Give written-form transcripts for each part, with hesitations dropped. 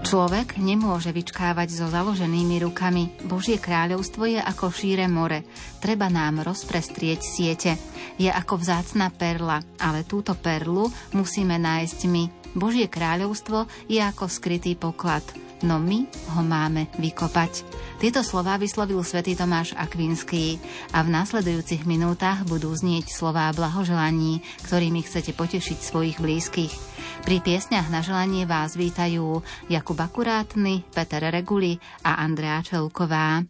Človek nemôže vyčkávať so založenými rukami. Božie kráľovstvo je ako šíre more. Treba nám rozprestrieť siete. Je ako vzácna perla, ale túto perlu musíme nájsť my. Božie kráľovstvo je ako skrytý poklad, no my ho máme vykopať. Tieto slová vyslovil svätý Tomáš Akvinský a v nasledujúcich minútach budú znieť slová blahoželaní, ktorými chcete potešiť svojich blízkych. Pri piesňach na želanie vás vítajú Jakub Akurátny, Peter Reguli a Andrea Čelková.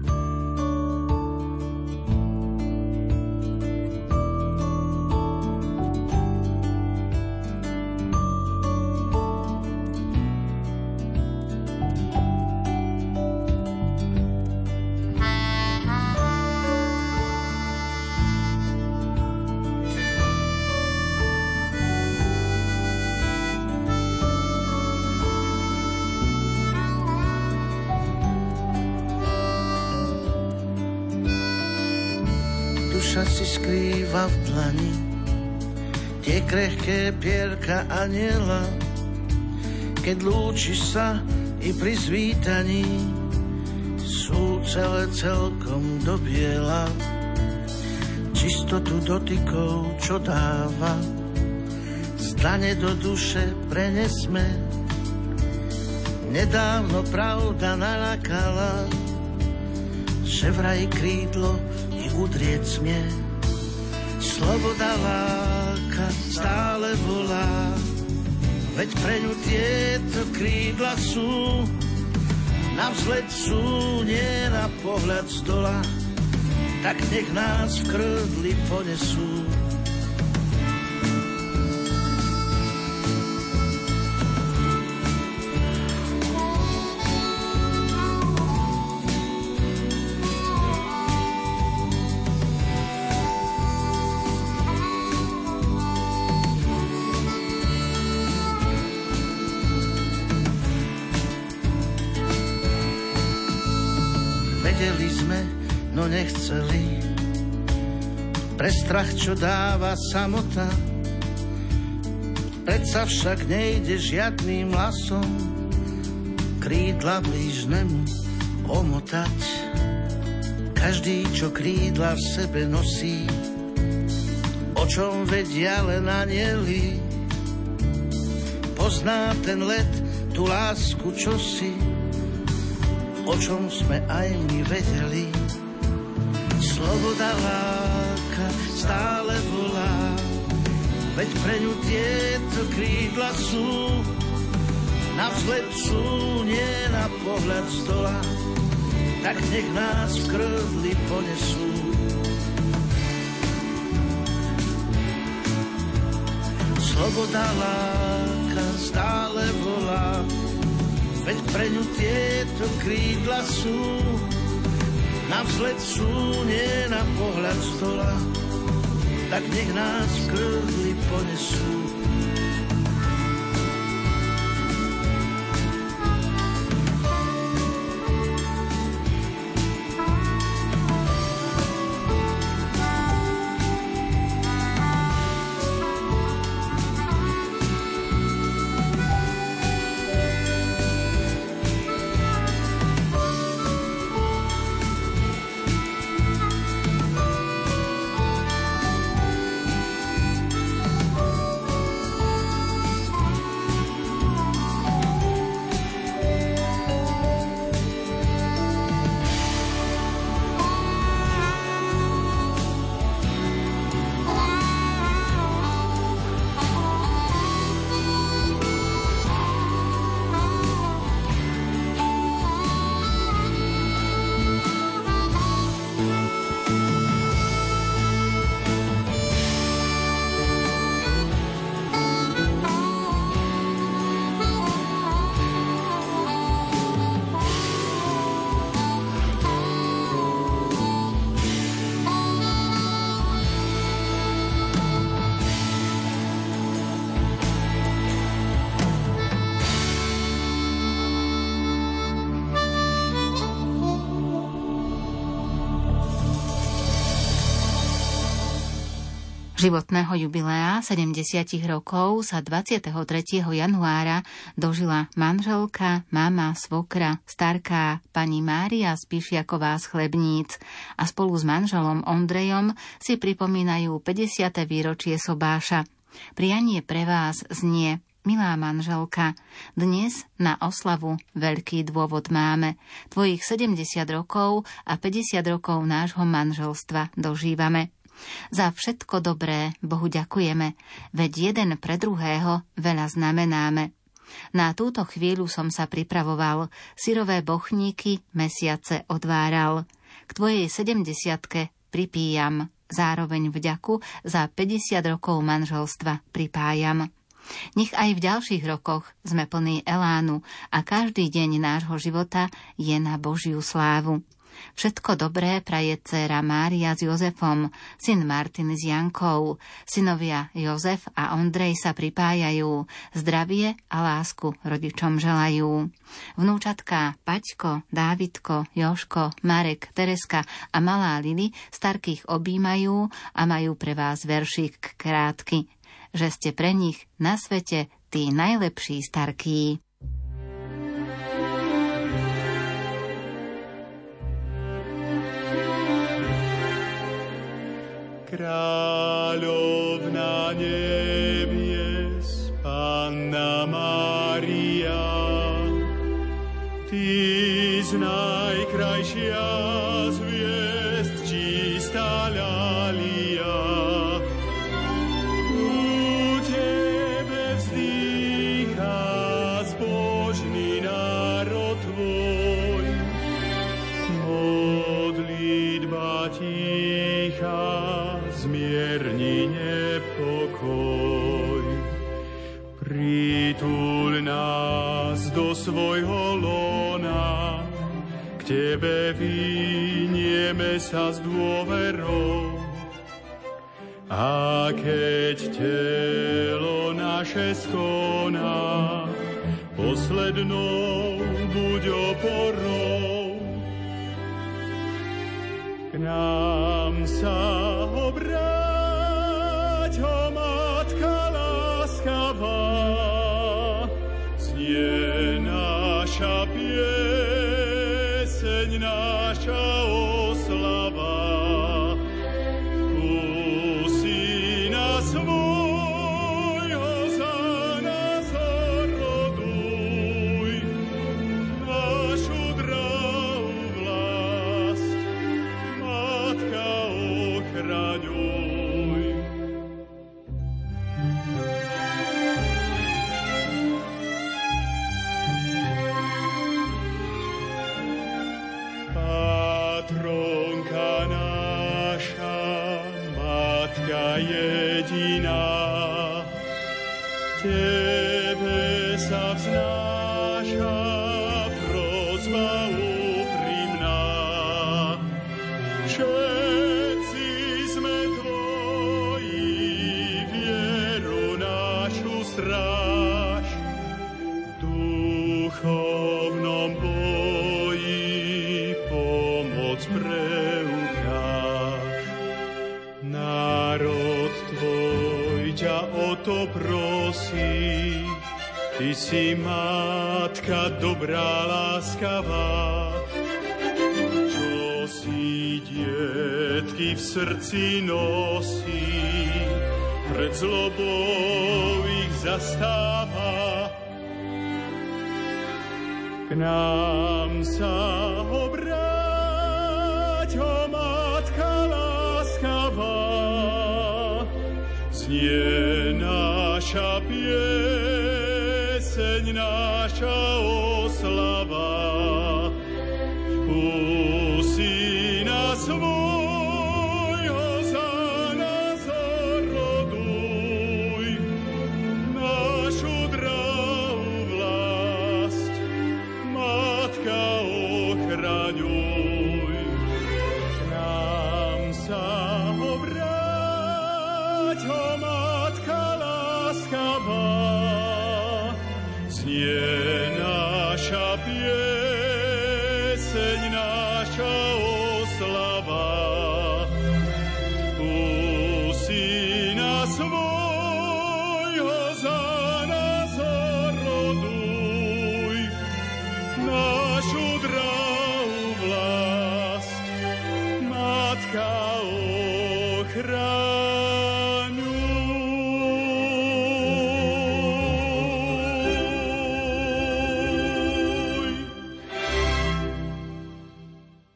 Si skrýva v dlani tie krehké pierka aniela, keď lúčiš sa i pri zvítaní sú celé celkom do biela. Čistotu dotykov, čo dáva, z dlane do duše prenesme. Nedávno pravda nalákala, že vraj krídlo udrieť smie. Sloboda láka stále volá, veď pre ňu tieto krídla sú. Navzleď sú, nie na pohľad z dola, tak nech nás v krdli ponesú. Vedeli sme, no nechceli, pre strach, čo dáva samota. Predsa však nejde žiadnym lasom krídla blížnemu omotať. Každý, čo krídla v sebe nosí, o čom vedia len anjeli, pozná ten let, tú lásku, čo si, o čom sme aj my vedeli. Sloboda láka stále volá, veď pre ňu tieto krídla sú. Navzhled sú, nie na pohľad z dola, tak nech nás v krdli ponesú. Sloboda láka stále volá, veď pre ňu tieto krídla sú. Navzhled sú, nie na pohľad z dola, tak nech nás v krdli ponesú. Životného jubilea 70 rokov sa 23. januára dožila manželka, mama, svokra, starká pani Mária Spíšiaková z Chlebníc a spolu s manželom Ondrejom si pripomínajú 50. výročie sobáša. Prianie pre vás znie: Milá manželka, dnes na oslavu veľký dôvod máme. Tvojich 70 rokov a 50 rokov nášho manželstva dožívame. Za všetko dobré Bohu ďakujeme, veď jeden pre druhého veľa znamenáme. Na túto chvíľu som sa pripravoval, syrové bochníky mesiace odváral. K tvojej 70-ke pripíjam, zároveň vďaku za 50 rokov manželstva pripájam. Nech aj v ďalších rokoch sme plní elánu a každý deň nášho života je na Božiu slávu. Všetko dobré praje dcéra Mária s Jozefom, syn Martin s Jankou. Synovia Jozef a Ondrej sa pripájajú, zdravie a lásku rodičom želajú. Vnúčatká Paťko, Dávidko, Joško, Marek, Tereska a malá Lili starkých objímajú a majú pre vás veršík krátky, že ste pre nich na svete tí najlepší starkí. Kráľovna nebies, Panna Mária, Ty z najkrajšia z hviezd, čistá ľalia. U Tebe vzdýcha zbožný národ Tvoj, modlitba ticha zmierni nepokoj. Prituľ nás do svojho lona, k Tebe vynieme sa s dôverou. A keď telo naše skoná, poslednou buď oporou. K nám sa obráť, o Matka láskavá, znie naša pieseň, naša oslava. U Syna svojho za nás oroduj, našu drahú vlast, Matka ochraňuj. Patronka naša, Matka jediná, Tebe sa vznáša prosba úprimná. Všetci sme Tvoji, vieru našu stráž, v duchovnom boji pomoc preukáž. Národ Tvoj ťa o to prosí, Ty si Matka dobrá, láskavá, čo si dietky v srdci nosí, pred zlobou ich zastáva. K nám sa obráť, o Matka láskavá, znie naša pieseň, naša oslava. U Syna svojho za nás oroduj, našu drahú vlast, Matka ochraňuj. K nám sa obráť, o Matka láskavá, znie naša pieseň, naša oslava. U Syna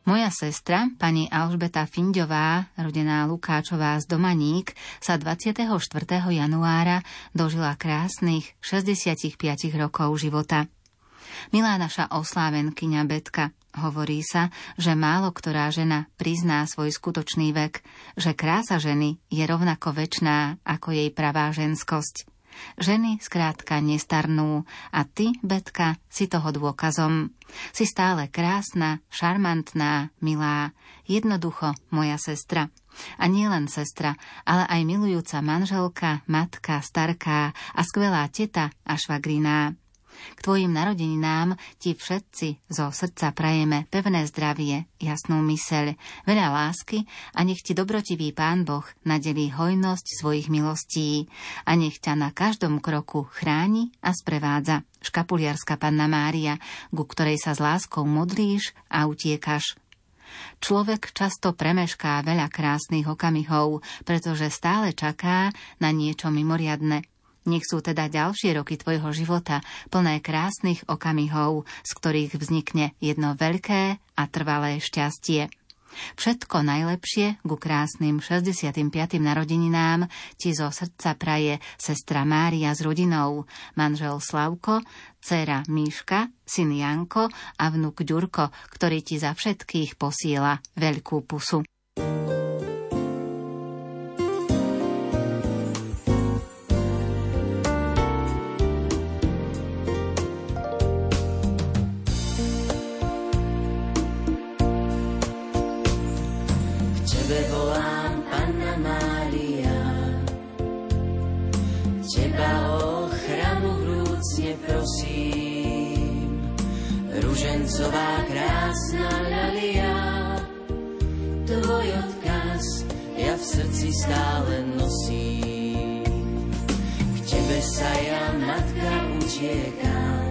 Moja sestra, pani Alžbeta Finďová, rodená Lukáčová z Domaník, sa 24. januára dožila krásnych 65 rokov života. Milá naša oslávenkyňa Betka, hovorí sa, že málo ktorá žena prizná svoj skutočný vek, že krása ženy je rovnako večná ako jej pravá ženskosť. Ženy skrátka nestarnú a ty, Betka, si toho dôkazom. Si stále krásna, šarmantná, milá, jednoducho moja sestra. A nie len sestra, ale aj milujúca manželka, matka, starká a skvelá teta a švagriná. K tvojim narodeninám ti všetci zo srdca prajeme pevné zdravie, jasnú myseľ, veľa lásky a nech ti dobrotivý Pán Boh nadelí hojnosť svojich milostí a nech ťa na každom kroku chráni a sprevádza. Škapuliarska Panna Mária, ku ktorej sa s láskou modlíš a utiekaš. Človek často premešká veľa krásnych okamihov, pretože stále čaká na niečo mimoriadne. Nech sú teda ďalšie roky tvojho života plné krásnych okamihov, z ktorých vznikne jedno veľké a trvalé šťastie. Všetko najlepšie ku krásnym 65. narodeninám ti zo srdca praje sestra Mária s rodinou, manžel Slavko, dcéra Míška, syn Janko a vnuk Ďurko, ktorý ti za všetkých posiela veľkú pusu. Ružencová krásna ľalia, tvoj odkaz ja v srdci stále nosím. K tebe sa ja, matka, utiekam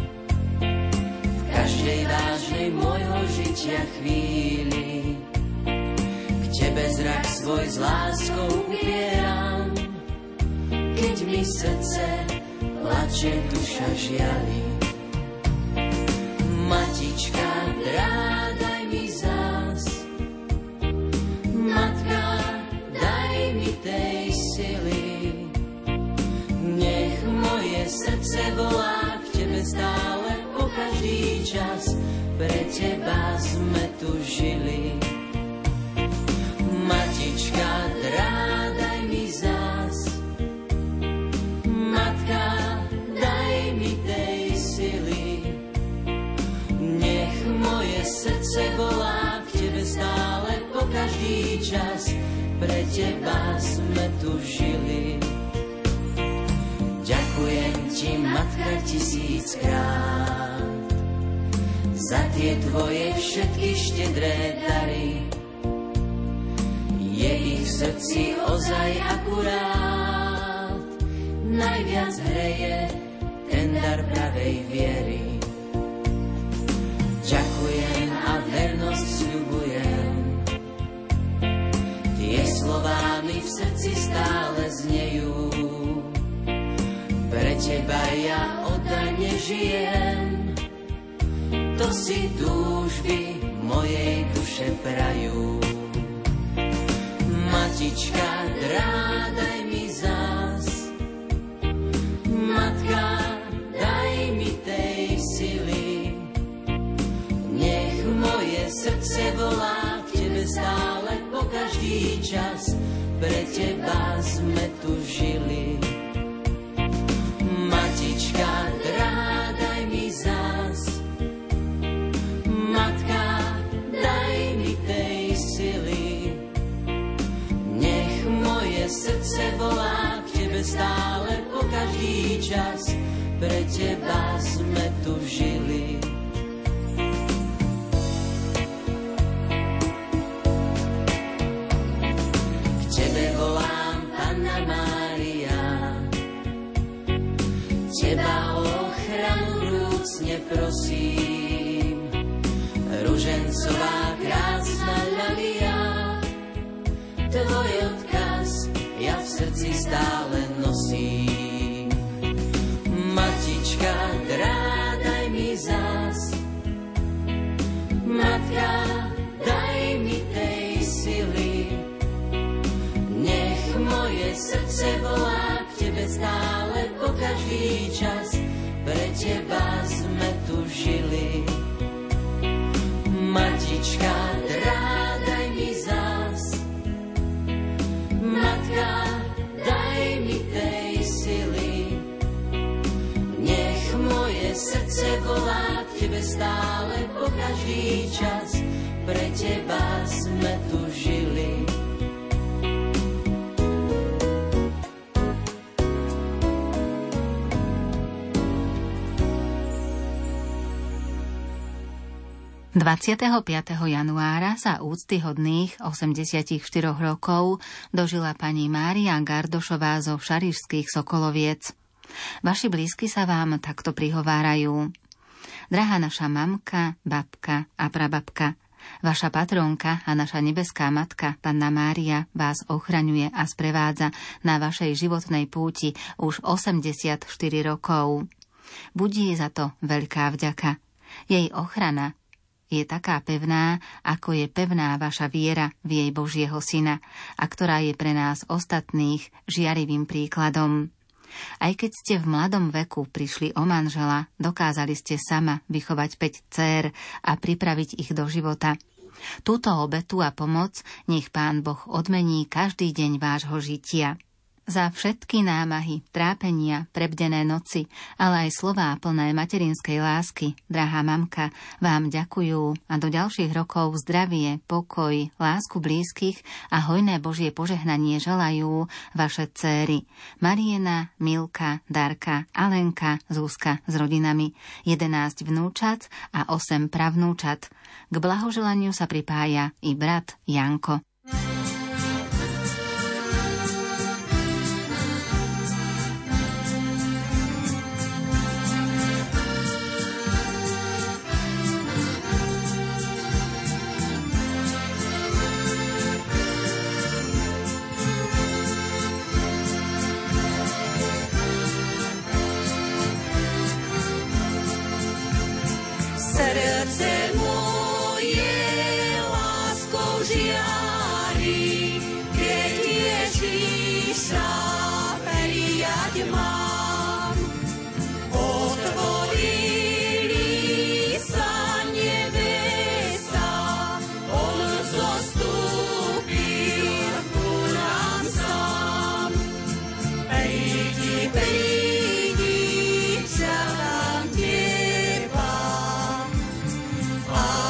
v každej vážnej môjho žitia chvíli. K tebe zrak svoj s láskou upieram, keď mi srdce plače, duša žiali. Matička, daj mi zás, matka, daj mi tej sily. Nech moje srdce volá k tebe stále po každý čas, pre teba sme tu žili. Matička, daj mi zás, matka, daj mi tej sily. Moje srdce volá k tebe stále po každý čas, pre teba sme tu žili. Ďakujem ti, matka, 1000-krát za tie tvoje všetky štedré dary. Je ich v srdci ozaj akurát, najviac hreje ten dar pravej viery. Ďakujem a vernosť sľubujem, tie slová mi v srdci stále znejú. Pre teba ja oddane žijem, to si túžby mojej duše prajú. Matička, daj mi zás, matka, daj mi tej sily. Moje srdce volá k tebe stále po každý čas, pre teba sme tu žili. Matička, daj mi zás, matka, daj mi tej sily. Nech moje srdce volá k tebe stále po každý čas, pre teba sme tu žili. Teba o ochranu vrúcne prosím, ružencová krásna ľalia, tvoj odkaz ja v srdci stále nosím. Matička, daj mi zás, matka, moje srdce volá k tebe stále po každý čas. Pre teba sme tu žili. Matička, daj mi zás. Matka, daj mi tej sily. Nech moje srdce volá k tebe stále po každý čas. Pre teba sme tu žili. ...25. januára sa úctyhodných 84 rokov dožila pani Mária Gardošová zo Šarišských Sokoloviec. Vaši blízky sa vám takto prihovárajú. Drahá naša mamka, babka a prababka, vaša patrónka a naša nebeská matka, Panna Mária, vás ochraňuje a sprevádza na vašej životnej púti už 84 rokov. Budí za to veľká vďaka. Jej ochrana je taká pevná, ako je pevná vaša viera v jej Božieho Syna a ktorá je pre nás ostatných žiarivým príkladom. Aj keď ste v mladom veku prišli o manžela, dokázali ste sama vychovať 5 dcér a pripraviť ich do života. Túto obetu a pomoc nech Pán Boh odmení každý deň vášho žitia. Za všetky námahy, trápenia, prebdené noci, ale aj slová plné materinskej lásky, drahá mamka, vám ďakujú a do ďalších rokov zdravie, pokoj, lásku blízkych a hojné Božie požehnanie želajú vaše dcéry Mariena, Milka, Darka, Alenka, Zuzka s rodinami, 11 vnúčat a 8 pravnúčat. K blahoželaniu sa pripája i brat Janko. Srdce moje láskou žiari, keď Ježíša prijať mám. Otvorili sa nebesa, on zostúpil ku nám sám. Prídi, prídi, čakám teba.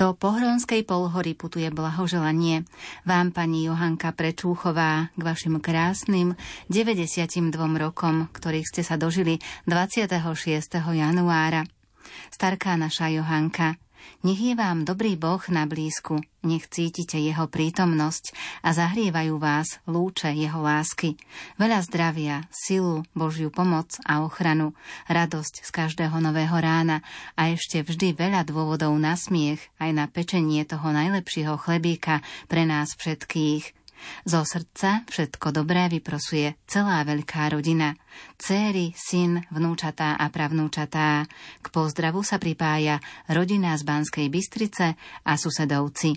Do Pohronskej Polhory putuje blahoželanie vám, pani Johanka Prečúchová, k vašim krásnym 92 rokom, ktorých ste sa dožili 26. januára. Starká naša Johanka, nech je vám dobrý Boh na blízku, nech cítite jeho prítomnosť a zahrievajú vás lúče jeho lásky. Veľa zdravia, silu, Božiu pomoc a ochranu, radosť z každého nového rána a ešte vždy veľa dôvodov na smiech aj na pečenie toho najlepšieho chlebíka pre nás všetkých. Zo srdca všetko dobré vyprosuje celá veľká rodina. Céry, syn, vnúčatá a pravnúčatá. K pozdravu sa pripája rodina z Banskej Bystrice a susedovci.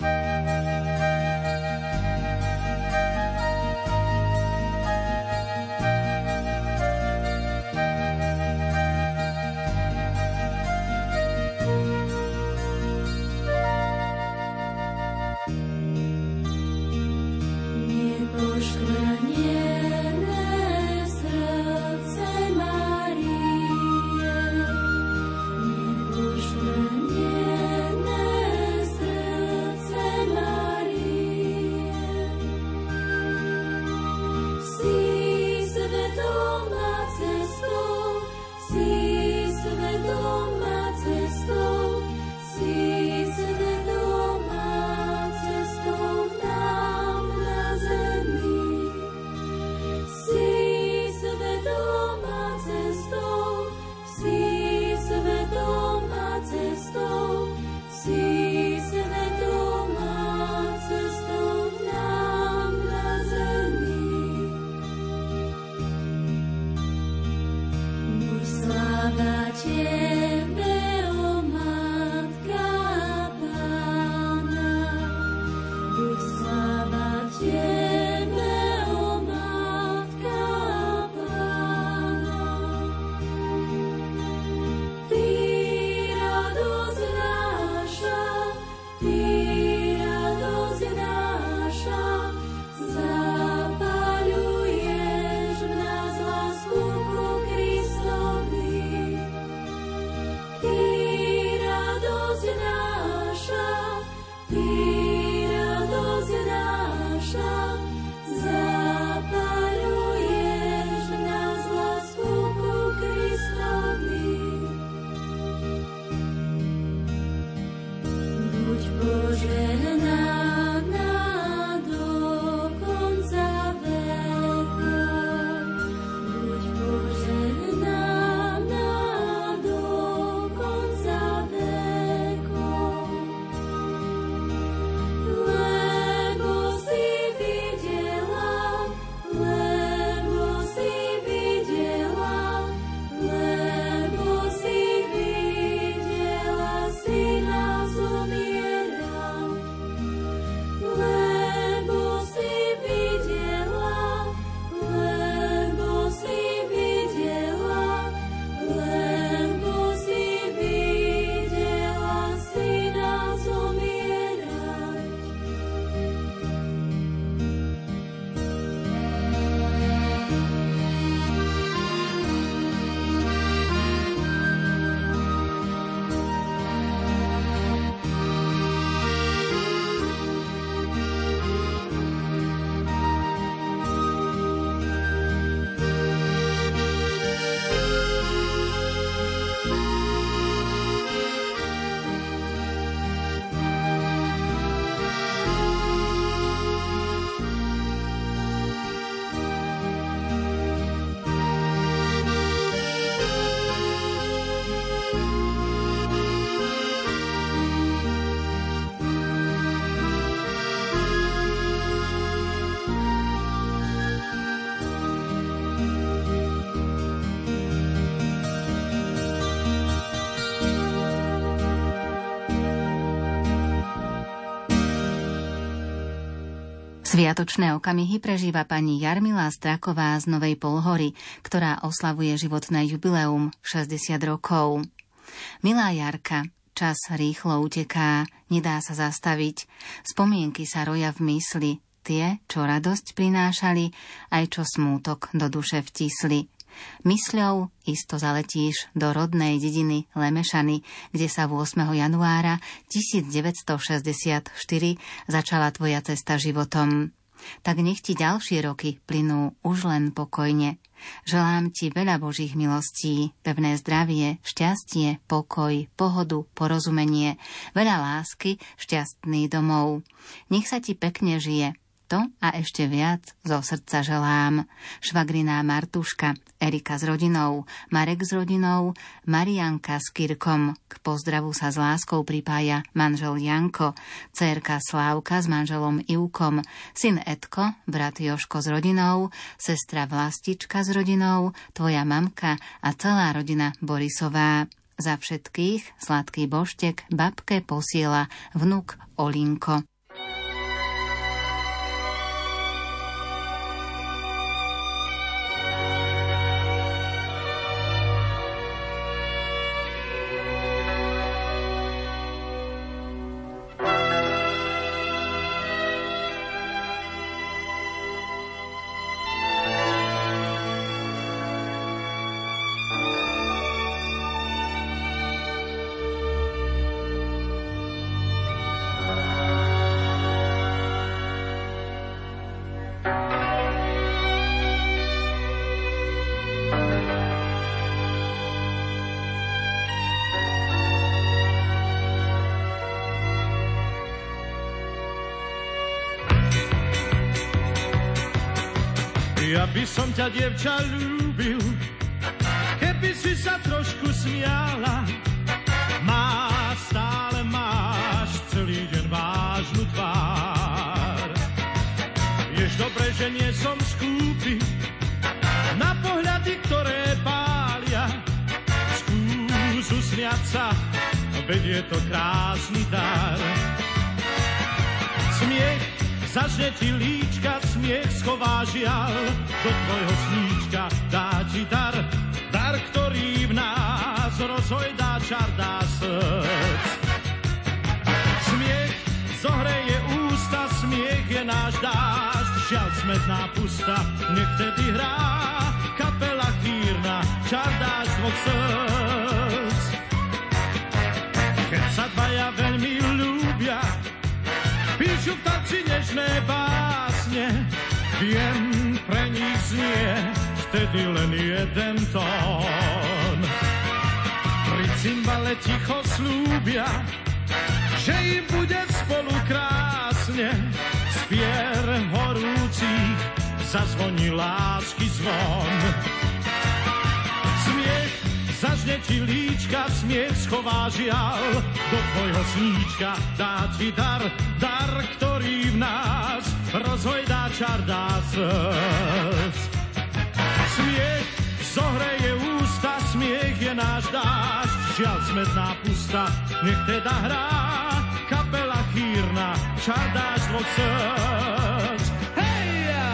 Sviatočné okamihy prežíva pani Jarmila Straková z Novej Polhory, ktorá oslavuje životné jubileum 60 rokov. Milá Jarka, čas rýchlo uteká, nedá sa zastaviť. Spomienky sa roja v mysli, tie, čo radosť prinášali, aj čo smútok do duše vtisli. Mysľou isto zaletíš do rodnej dediny Lemešany, kde sa 8. januára 1964 začala tvoja cesta životom. Tak nech ti ďalšie roky plynú už len pokojne. Želám ti veľa Božích milostí, pevné zdravie, šťastie, pokoj, pohodu, porozumenie, veľa lásky, šťastný domov. Nech sa ti pekne žije. To a ešte viac zo srdca želám. Švagriná Martuška, Erika s rodinou, Marek s rodinou, Marianka s Kirkom. K pozdravu sa s láskou pripája manžel Janko, dcérka Slávka s manželom Ivkom, syn Edko, brat Joško s rodinou, sestra Vlastička s rodinou, tvoja mamka a celá rodina Borisová. Za všetkých sladký boštek babke posiela vnuk Olinko. Ja by som ťa, dievča, ľúbil, keby si sa trošku smiala. Stále máš celý deň vážnu tvár. Vieš dobre, že nie som skúpy na pohľady, ktoré pália. Skús usmiať sa, veď je to krásny dar. Smiech zažne ti líčka, smiech schová žiaľ, do tvojho sníčka dá ti dar, dar, ktorý v nás rozhojdá čar, dá srdc. Smiech zohreje ústa, smiech je náš dážď, žiaľ smetná pusta, nech tedy hrá kapela chýrna, čar dáš dvoch srdc. Keď sa dvaja veľmi ľúbia, píšu v tanci nežné básne, viem, pre nich znie vtedy len jeden tón. Pri cymbale ticho slúbia, že im bude spolu krásne, z pier horúcich zazvoní lásky zvon. Smiech zažne ti líčka, smiech schová žiaľ, do tvojho sníčka dá ti dar, dar, ktorý v nás rozhojdá čar, dá srdc. Smiech zohreje ústa, smiech je náš dážď, žiaľ smetná pusta, nech teda hrá kapela chýrna, čar dáš dvoch srdc. Hejja!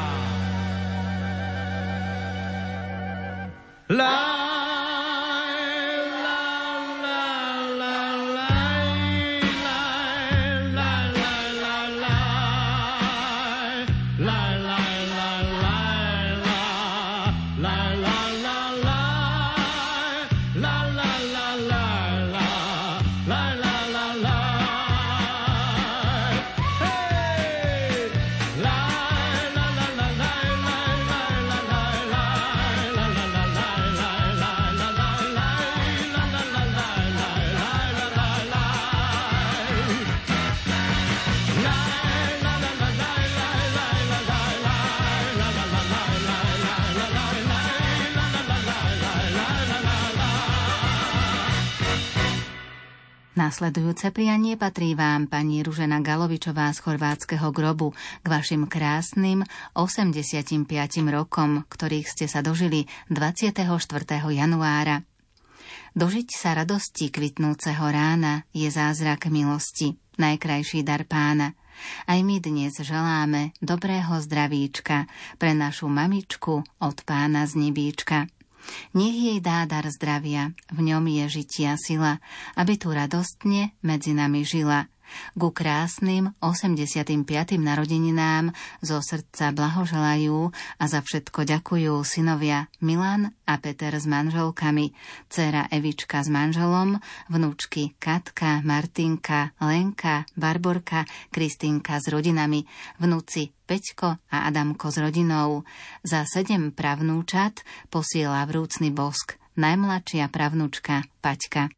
Nasledujúce prianie patrí vám pani Ružena Galovičová z Chorvátskeho Grobu k vašim krásnym 85 rokom, ktorých ste sa dožili 24. januára. Dožiť sa radosti kvitnúceho rána je zázrak milosti, najkrajší dar Pána. Aj my dnes želáme dobrého zdravíčka pre našu mamičku od Pána z nebíčka. Nech jej dá dar zdravia, v ňom je žitia sila, aby tu radostne medzi nami žila. Ku krásnym 85. narodeninám zo srdca blahoželajú a za všetko ďakujú synovia Milan a Peter s manželkami, dcéra Evička s manželom, vnúčky Katka, Martinka, Lenka, Barborka, Kristínka s rodinami, vnúci Peťko a Adamko s rodinou. Za 7 pravnúčat posiela vrúcny bosk najmladšia pravnúčka Paťka.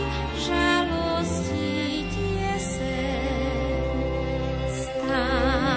Stát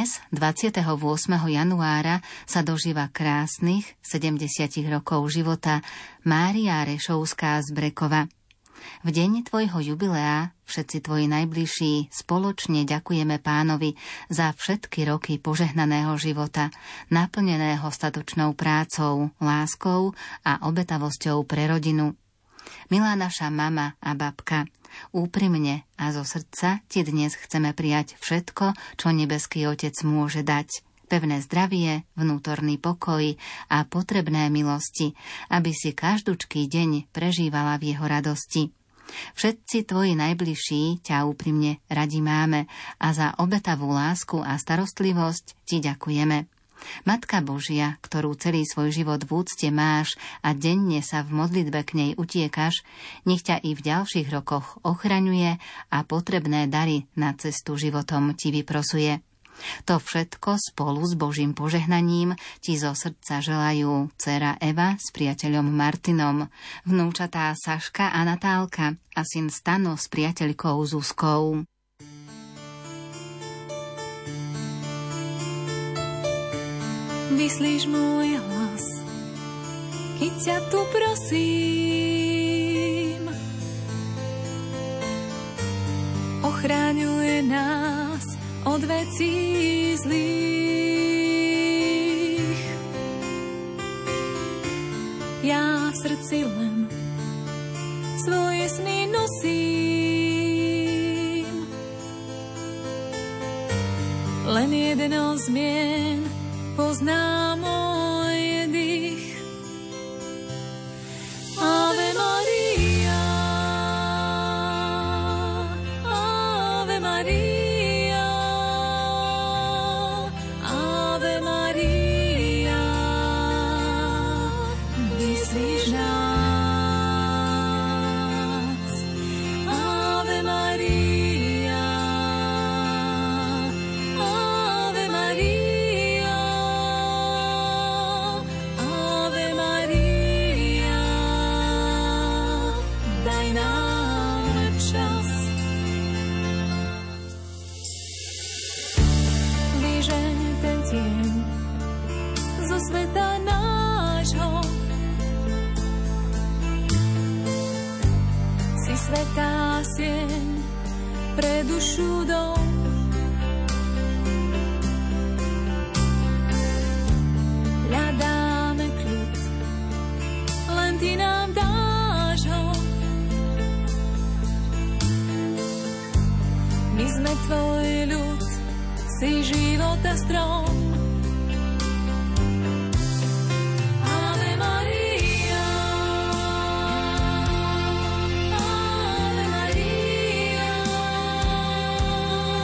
Dnes, 28. januára, sa dožíva krásnych 70 rokov života Mária Rešovská z Brekova. V deň tvojho jubilea všetci tvoji najbližší spoločne ďakujeme Pánovi za všetky roky požehnaného života, naplneného statočnou prácou, láskou a obetavosťou pre rodinu. Milá naša mama a babka, úprimne a zo srdca ti dnes chceme prijať všetko, čo nebeský Otec môže dať. Pevné zdravie, vnútorný pokoj a potrebné milosti, aby si každúčký deň prežívala v jeho radosti. Všetci tvoji najbližší ťa úprimne radi máme a za obetavú lásku a starostlivosť ti ďakujeme. Matka Božia, ktorú celý svoj život v úcte máš a denne sa v modlitbe k nej utiekaš, nech ťa i v ďalších rokoch ochraňuje a potrebné dary na cestu životom ti vyprosuje. To všetko spolu s Božím požehnaním ti zo srdca želajú dcéra Eva s priateľom Martinom, vnúčatá Saška a Natálka a syn Stano s priateľkou Zuzkou. Vyslíš môj hlas, keď ťa tu prosím. Ochráňuje nás od vecí zlých. Ja v srdci len svoje sny nosím. Len jedno zmien pozná môj dých. Ave Maria, Ave Maria, Ave Maria, vyslíš nás. Ave Maria, Ave Maria, Ave Maria, daj nám čas. Vyžeň ten tieň zo sveta nášho. Si svetá sieň pre dušu dom. Hľadáme kľud, len ty nám dáš ho. My sme tvoj ľud, si života strom. Ave Maria, Ave Maria,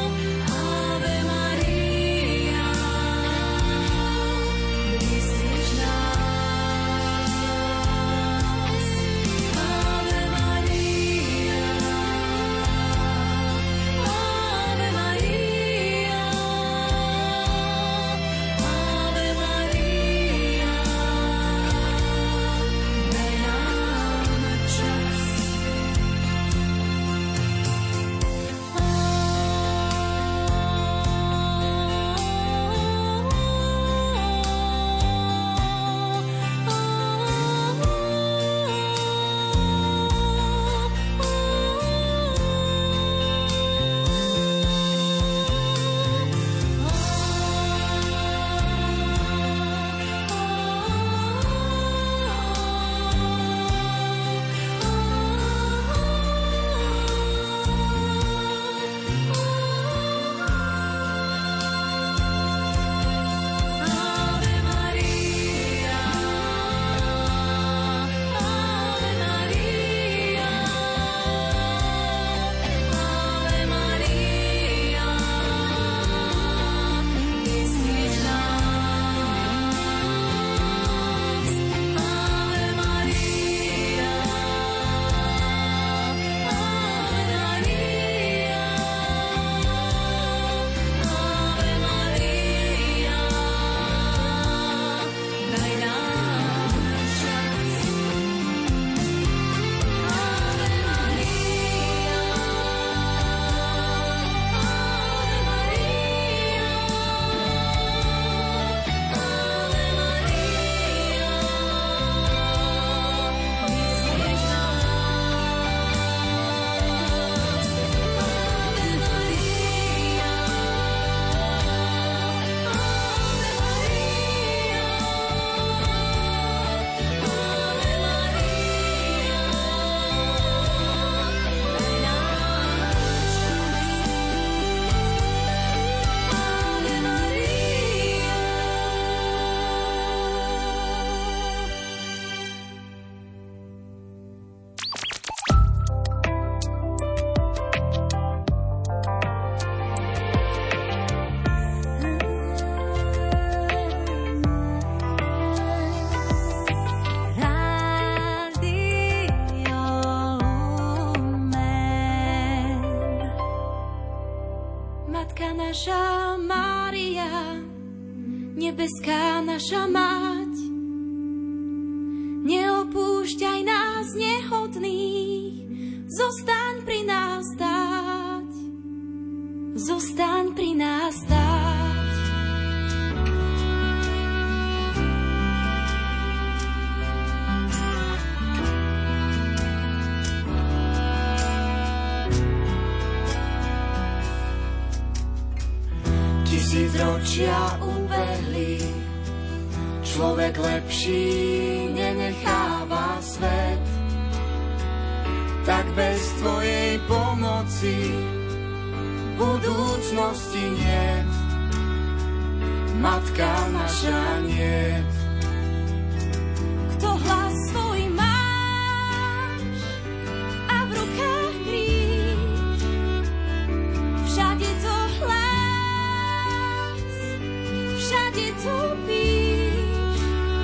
nebeská naša máť, neopúšťaj nás nehodných, zostaň pri nás stáť, zostaň pri nás stáť. Tisícročia ubehli, človek lepší nenecháva svet, tak bez tvojej pomoci budúcnosti niet, matka naša niet. Kto hlas svoj máš a v rukách kríž, všade to hlas, všade to píš,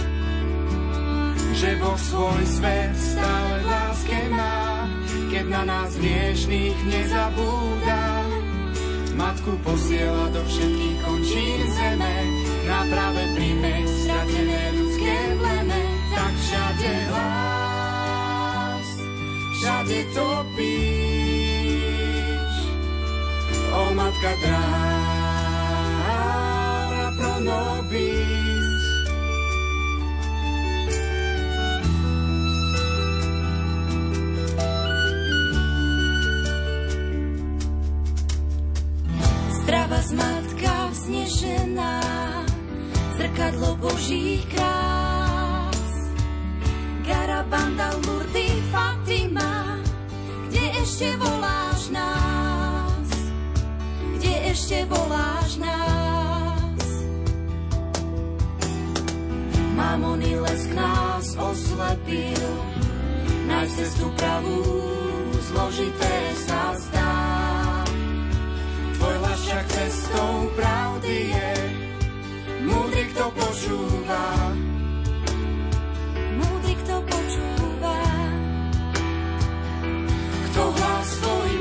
že Boh svoj svet stále v láske má, keď na nás hriešných nezabúda. Matku posiela do všetkých končín zeme, náprave príjmeť stratené ľudské pleme. Tak všade hlas, všade topíš, o matka dráha pro nobis. Zdravá matka vznešená, zrkadlo Božích krás. Garabanda, Lourdes, Fatima, kde ešte voláš nás? Kde ešte voláš nás? Mamoný lesk nás oslepil, nájsť cestu pravú, zložité sa zdá. Tvoj hlas však cestou pravdy je, múdry, kto počúva. Múdry, kto počúva. Kto hlas svoj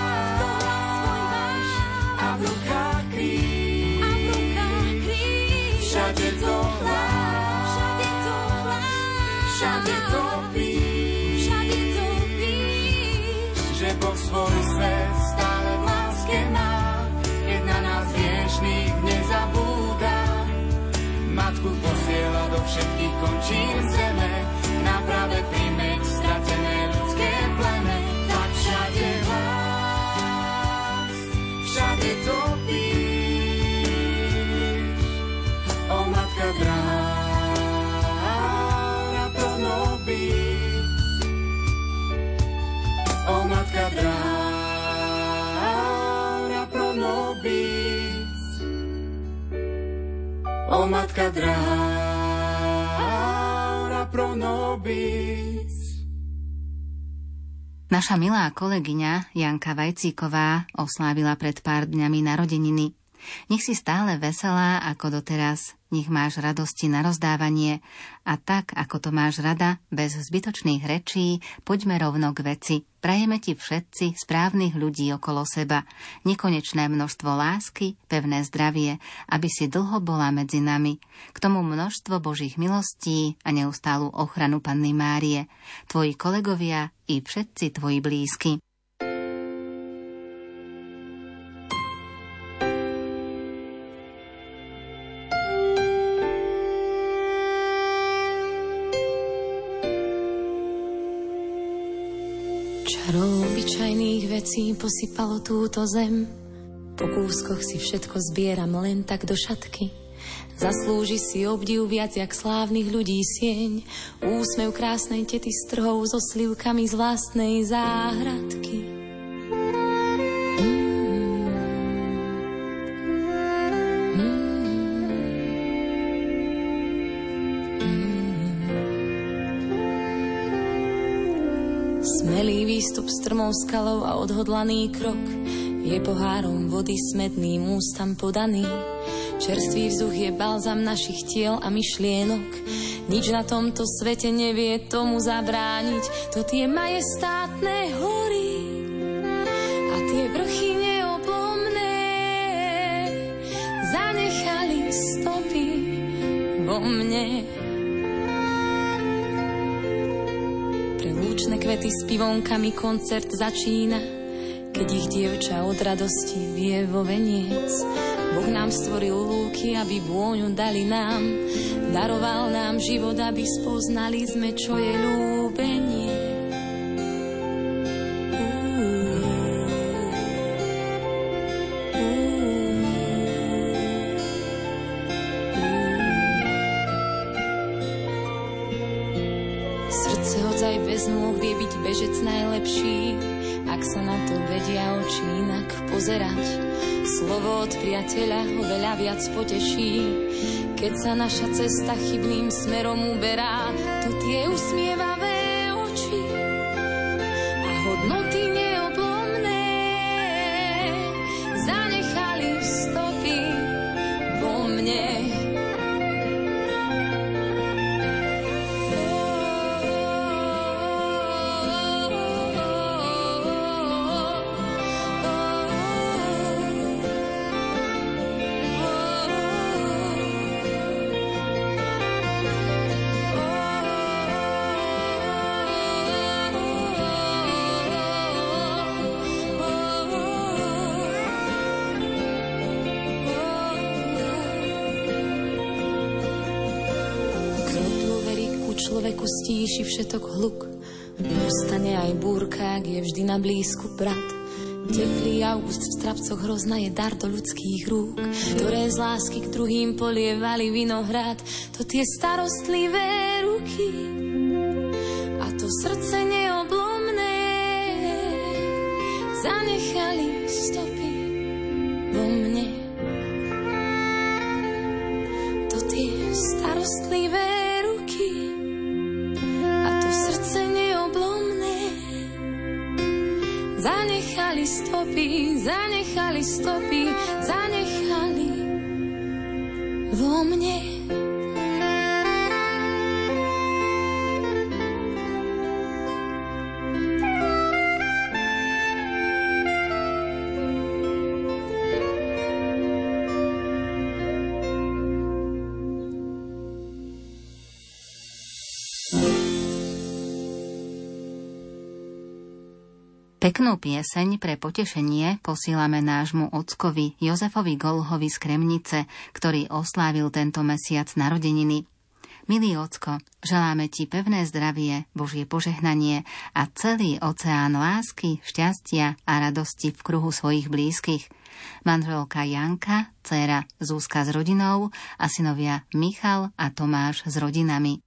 máš a v rukách kríž, všade to hlas, všade to píš, že Boh svoj svet stále v láske má, keď na nás hriešných nezabúda. Matku posiela do všetkých končín zeme, náprave príjmeť stratené ľudské pleme. Tak všade hlas, všade topíš, o matka dráha pro nobis, o matka dráha pro nobis, o matka dráha pro nobis. Naša milá kolegyňa Janka Vajcíková oslávila pred pár dňami narodeniny. Nech si stále veselá ako doteraz, nech máš radosti na rozdávanie a tak, ako to máš rada, bez zbytočných rečí, poďme rovno k veci. Prajeme ti všetci správnych ľudí okolo seba, nekonečné množstvo lásky, pevné zdravie, aby si dlho bola medzi nami. K tomu množstvo Božích milostí a neustálu ochranu Panny Márie, tvoji kolegovia i všetci tvoji blízky. Čarou obyčajných vecí posypalo túto zem. Po kúskoch si všetko zbieram len tak do šatky. Zaslúži si obdiv viac jak slávnych ľudí sieň. Úsmev krásnej tety s trhou so slivkami z vlastnej záhradky. Smelý výstup strmou skalou a odhodlaný krok je pohárom vody smedným ústam podaný. Čerstvý vzduch je balzam našich tiel a myšlienok. Nič na tomto svete nevie tomu zabrániť. To tie majestátne hory a tie vrchy neoblomné zanechali stopy mne. Pre lúčne kvety s pivonkami koncert začína, keď ich dievča od radosti vie vo veniec. Boh nám stvoril lúky, aby vôňu dali nám, daroval nám život, aby spoznali sme, čo je ľúbenie. Srdce hodzaj bez nôh vie byť bežec najlepší, ak sa na to vedia oči inak pozerať. Slovo od priateľa ho veľa viac poteší, keď sa naša cesta chybným smerom uberá. To tie usmievavé oči a hodnoty neoblomné zanechali stopy vo mne. Človeku stíši všetok hluk, ustane aj búrka, ak je vždy na blízku brat. Teplý august v Strapcoch hrozna je dar do ľudských rúk, ktoré z lásky k druhým polievali vinohrad. To tie starostlivé ruky a to srdce neoblomné zanechali stopy vo mne. To tie starostlivé zanechali stopy, zanechali vo mne. Peknú pieseň pre potešenie posílame nášmu ockovi Jozefovi Golhovi z Kremnice, ktorý oslávil tento mesiac narodeniny. Milý ocko, želáme ti pevné zdravie, Božie požehnanie a celý oceán lásky, šťastia a radosti v kruhu svojich blízkych. Manželka Janka, dcéra Zuzka s rodinou a synovia Michal a Tomáš s rodinami.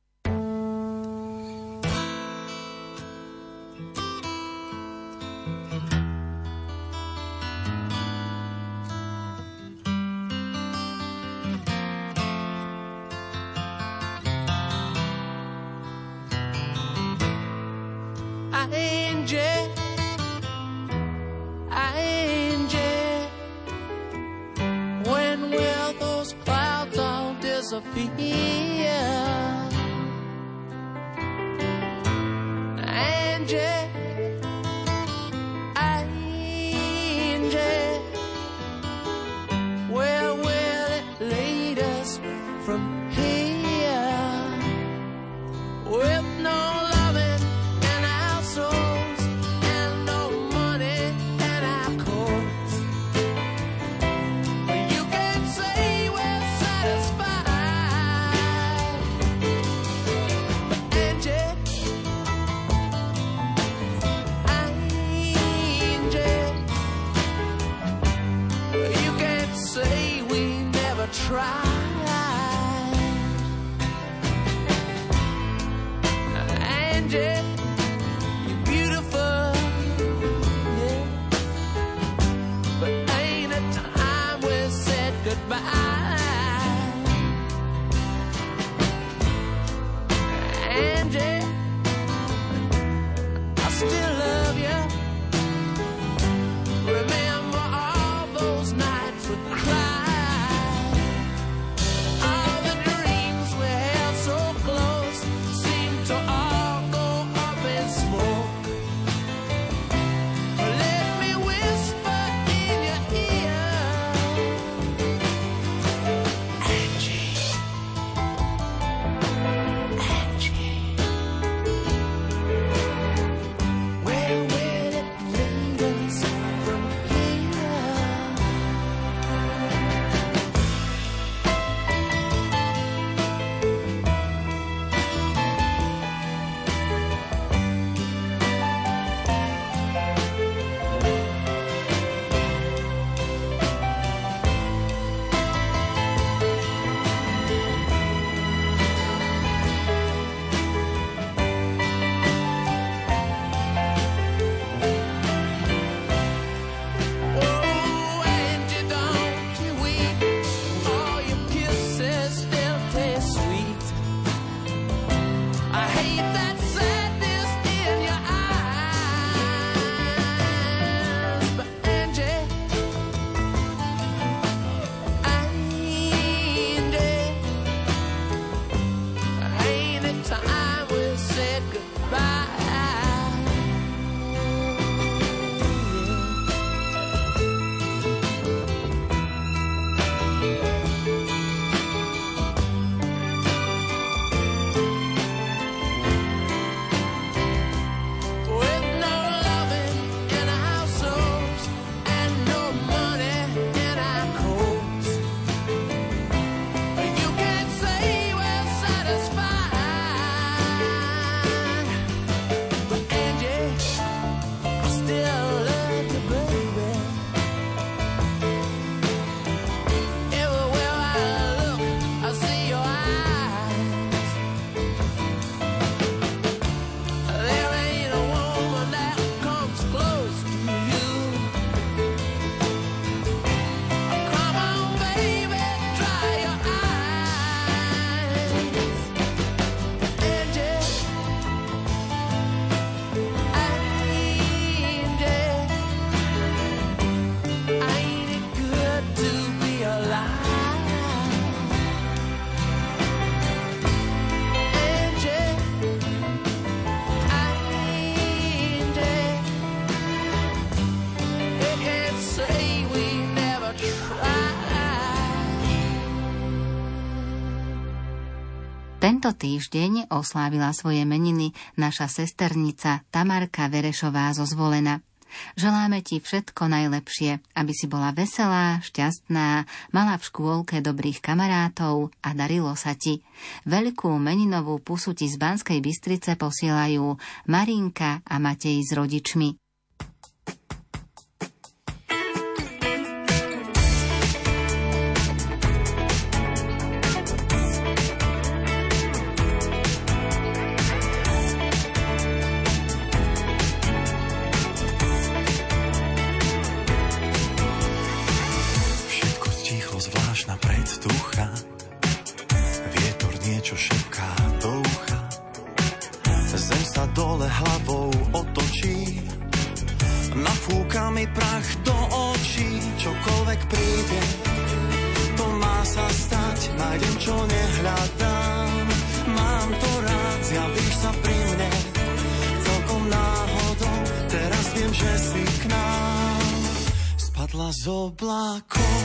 Tento týždeň oslávila svoje meniny naša sesternica Tamarka Verešová zo Zvolena. Želáme ti všetko najlepšie, aby si bola veselá, šťastná, mala v škôlke dobrých kamarátov a darilo sa ti. Veľkú meninovú pusu ti z Banskej Bystrice posielajú Marinka a Matej s rodičmi. Z oblákov.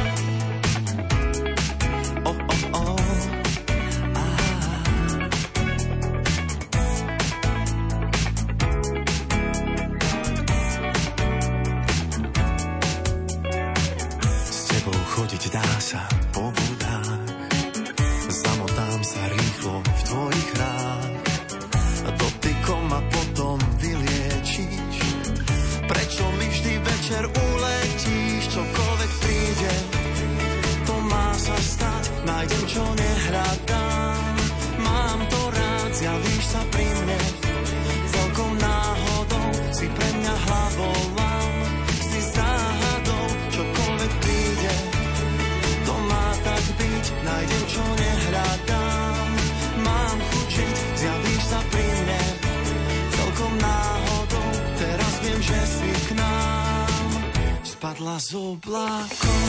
S tebou chodiť dá sa po vodách, zamotám sa rýchlo v tvojich rách, dotykom ma potom vyliečiš. Prečo mi vždy večer uletíš, čokoľvek príde, to má sa stať, nájdem čo nehľadám. Mám to rád, zjavíš sa pri mne, celkom náhodou, si pre mňa hlavolám, si záhadou, čokoľvek príde, to má tak byť, nájdem čo nehľadám. Mám chuť žiť, zjavíš sa pri mne, celkom náhodou, teraz viem, že si k nám spadla z oblákov.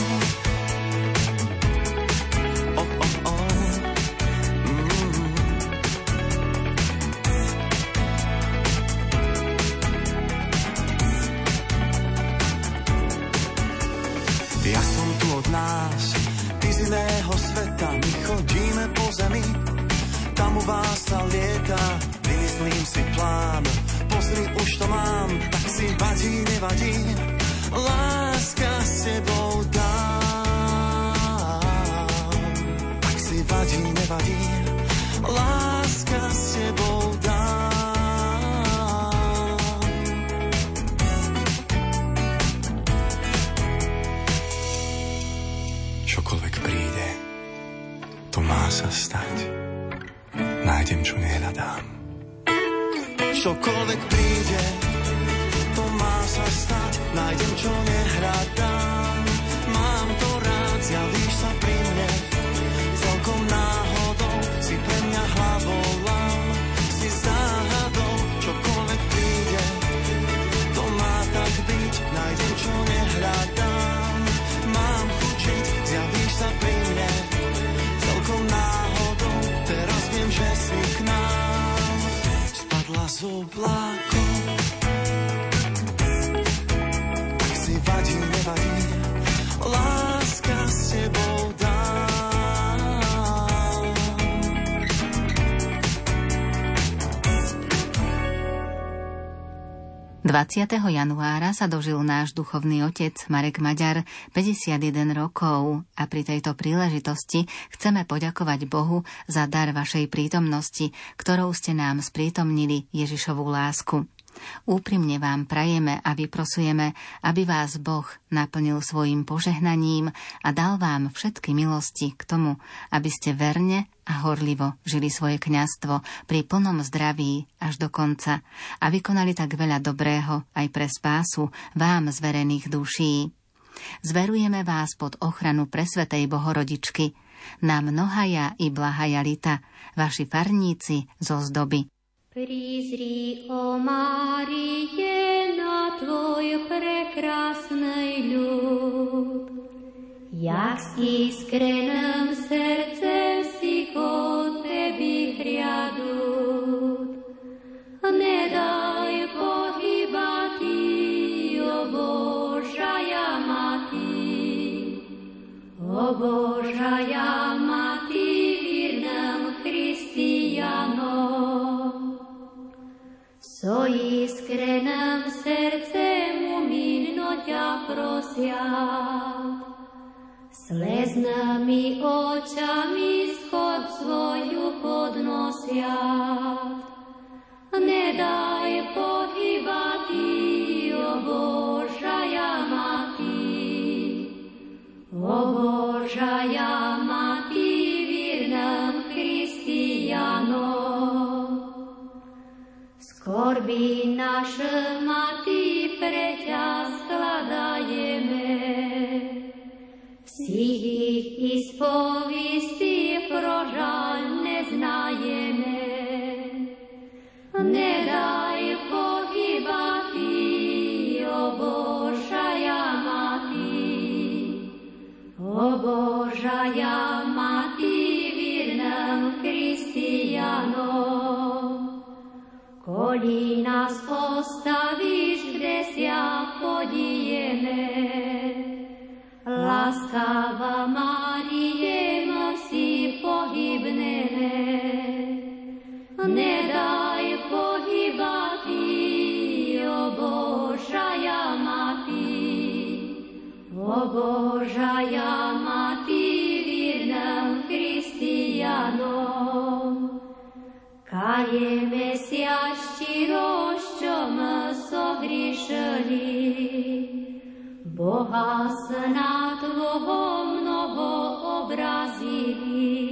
Ja som tu od nás, ty z iného sveta, my chodíme po zemi, tam u vás sa lieta, vymyslím si plán, pozri, už to mám, tak si vadí, nevadí, láska s tebou dám. Tak si vadí, nevadí, láska s tebou dám. Čokoľvek príde, to má sa stať, nájdem čo nehľadám. Čokoľvek príde, to má sa stať, nájdem čo nehľadám. Mám to rád, zjavíš sa pri mne, celkom náhodou, si pre mňa hlavolám, si záhadou, čokoľvek príde, to má tak byť, nájdem čo nehľadám. Mám chuť žiť, zjavíš sa pri mne, celkom náhodou, teraz viem, že si k nám spadla z oblákov. Tak si vadí, nevadí, láska s tebou dám. 20. januára sa dožil náš duchovný otec Marek Maďar 51 rokov a pri tejto príležitosti chceme poďakovať Bohu za dar vašej prítomnosti, ktorou ste nám sprítomnili Ježišovu lásku. Úprimne vám prajeme a vyprosujeme, aby vás Boh naplnil svojim požehnaním a dal vám všetky milosti k tomu, aby ste verne a horlivo žili svoje kňazstvo pri plnom zdraví až do konca a vykonali tak veľa dobrého aj pre spásu vám zverených duší. Zverujeme vás pod ochranu presvätej Bohorodičky, na mnohaja i blahaja lita, vaši farníci zo Zdoby. Prizri, o Márie, na tvoj prekrásnej ľud, jak s iskrenym sercem si o tebi hriadut. Ne daj pohybati, o Božaja Mati, o Božaja Mati, vírnem Christu. so iskrenom srdcem umilno ťa prosiat. Sleznými očami schod svoju podnosiat. Nedaj pohybati, o Božaja Mati, o Božaja Mati, viernom Christianom. Skorby naše Mati pre ťa skladajeme, vsich ich ispovistí prožaľ neznajeme. Nedaj pohybati, o Božaja Mati, o Božaja Mati, viernom Christianom. Koli nás postavíš, kde sa podijeme, láskava Márie, si pohybneme. Nedaj pohybati, o Božaja Mati, o Božaja Mati, viernom Christianom. Kajeme sa štiro, čo my sohriešili, Boha Syna Tvoho mnoho obrazili.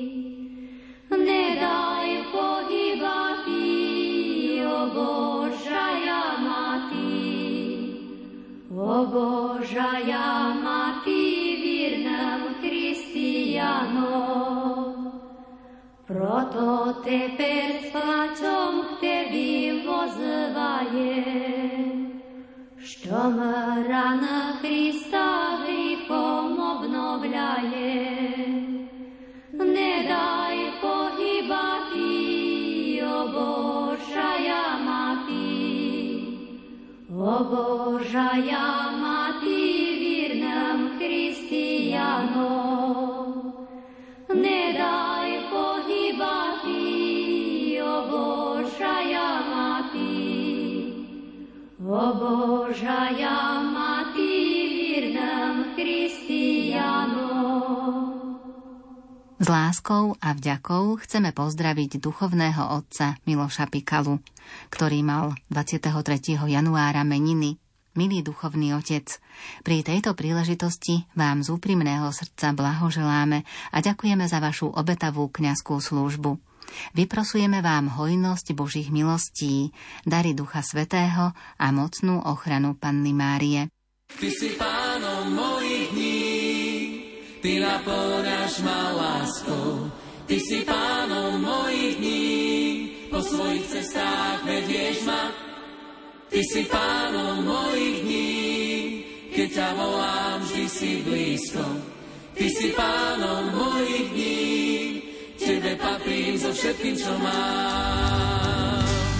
Nedaj pohybati, o Božaja Mati, o Božaja Mati, viernom Christianom. Proto teper s plačom k Tebi vozvajem, što rana Hrista hriechom obnovľajem. Nedaj pohybati, o Božaja Mati, o Božaja Mati, viernom Christianom. Nedaj pohybati, o Božaja Mati, o Božaja Mati, viernom Christianom. S láskou a vďakou chceme pozdraviť duchovného otca Miloša Pikalu, ktorý mal 23. januára meniny. Milý duchovný otec, pri tejto príležitosti vám z úprimného srdca blahoželáme a ďakujeme za vašu obetavú kňazskú službu. Vyprosujeme vám hojnosť Božích milostí, dary Ducha Svätého a mocnú ochranu Panny Márie. Ty si pánom mojich dní, Ty napĺňaš ma láskou. Ty si pánom mojich dní, po svojich cestách vedieš ma. Ty si pánom mojich dní, keď ťa volám, vždy si blízko. Ty si pánom mojich dní, Tebe patrím so všetkým, čo mám.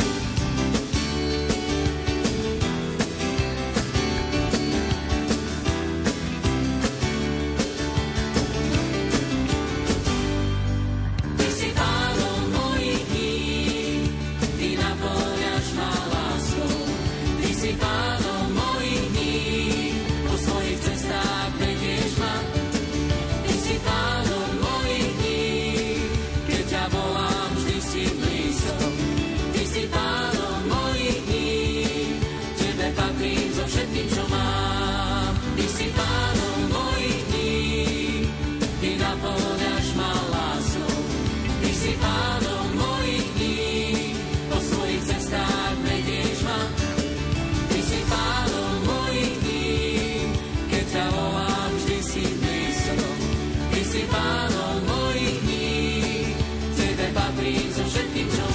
Ty si pánom mojich dní, Ty napĺňaš ma láskou. Ty si pánom mojich dní, po svojich cestách vedieš ma. Ty si pánom mojich dní, keď ťa volám, vždy si blízko. Ty si pánom mojich dní, Tebe patrím so všetkým, čo mám. Ty si pánom mojich dní, Ty napĺňaš ma láskou. Ty si pánom mojich dní, po svojich cestách vedieš ma. Ty si pánom mojich dní, keď ťa volám, vždy si blízko. Ty si pánom mojich dní, Tebe patrím so všetkým, čo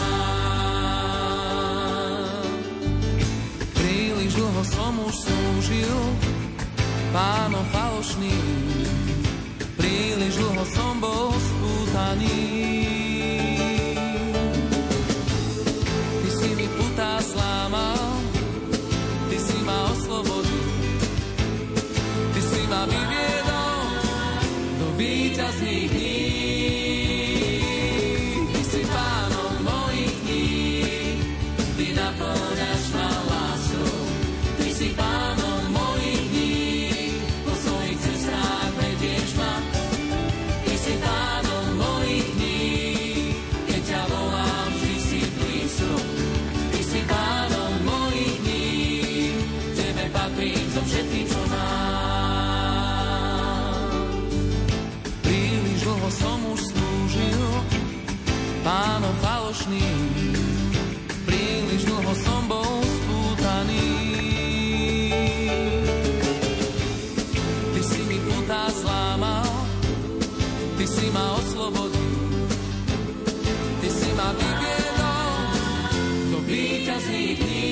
mám. Príliš dlho som už slúžil pánom falošným, príliš dlho som bol spútaný. Ty si mi putá slámal, Ty si ma oslobodil, Ty si ma vyviedol do víťazných dní. Ty si pánom mojich dní, Ty napĺňaš pánom falošným, príliš dlho som bol spútaný. Ty si mi putá zlámal, ty si ma oslobodil, ty si ma vyviedol do víťazných dní.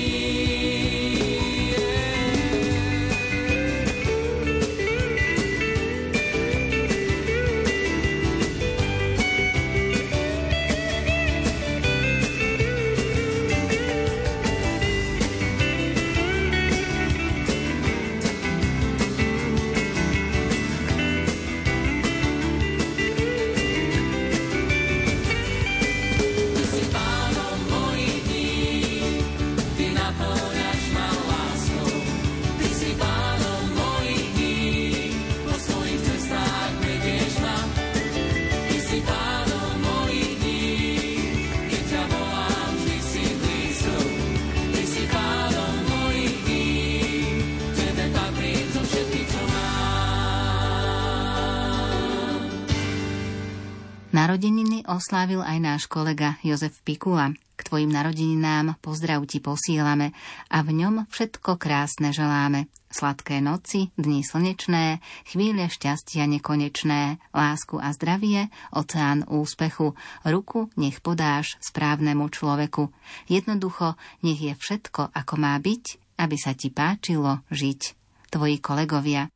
Narodeniny oslávil aj náš kolega Jozef Pikula. K tvojim narodeninám pozdrav ti posílame a v ňom všetko krásne želáme. Sladké noci, dni slnečné, chvíle šťastia nekonečné, lásku a zdravie, oceán úspechu, ruku nech podáš správnemu človeku. Jednoducho, nech je všetko, ako má byť, aby sa ti páčilo žiť. Tvoji kolegovia.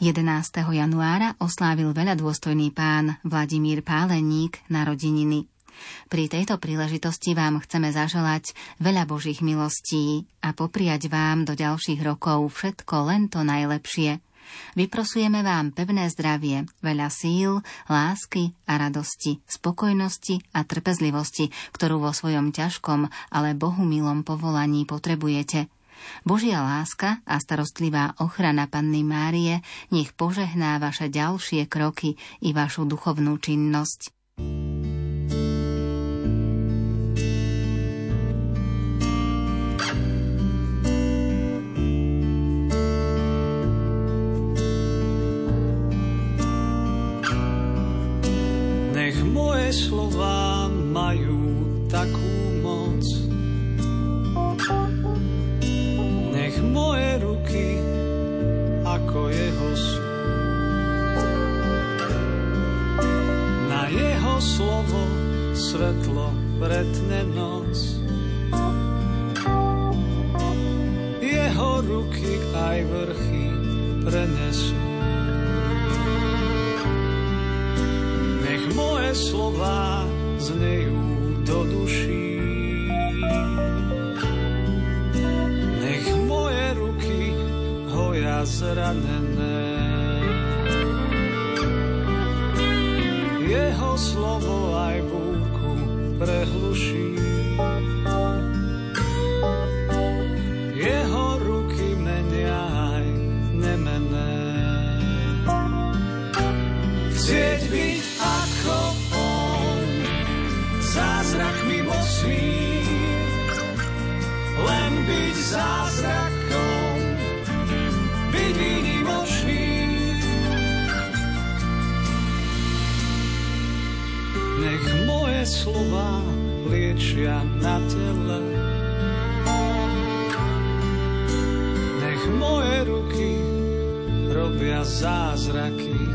11. januára oslávil veľadôstojný pán Vladimír Páleník narodeniny. Pri tejto príležitosti vám chceme zaželať veľa Božích milostí a popriať vám do ďalších rokov všetko len to najlepšie. Vyprosujeme vám pevné zdravie, veľa síl, lásky a radosti, spokojnosti a trpezlivosti, ktorú vo svojom ťažkom, ale Bohumilom povolaní potrebujete. Božia láska a starostlivá ochrana Panny Márie nech požehná vaše ďalšie kroky i vašu duchovnú činnosť. Slová majú takú moc. Nech moje ruky ako jeho sú. Na jeho slovo svetlo pretne noc. Jeho ruky aj vrchy prenesú. Moje slová znejú do duší. Nech moje ruky hoja zranené. Jeho slovo aj búrku prehluší. Jeho ruky menia aj nemenné. Chcieť byť ako on, zázrakmi mocný, len byť zázrakom, byť výnimočný. Nech moje slová liečia na tele, nech moje ruky robia zázraky.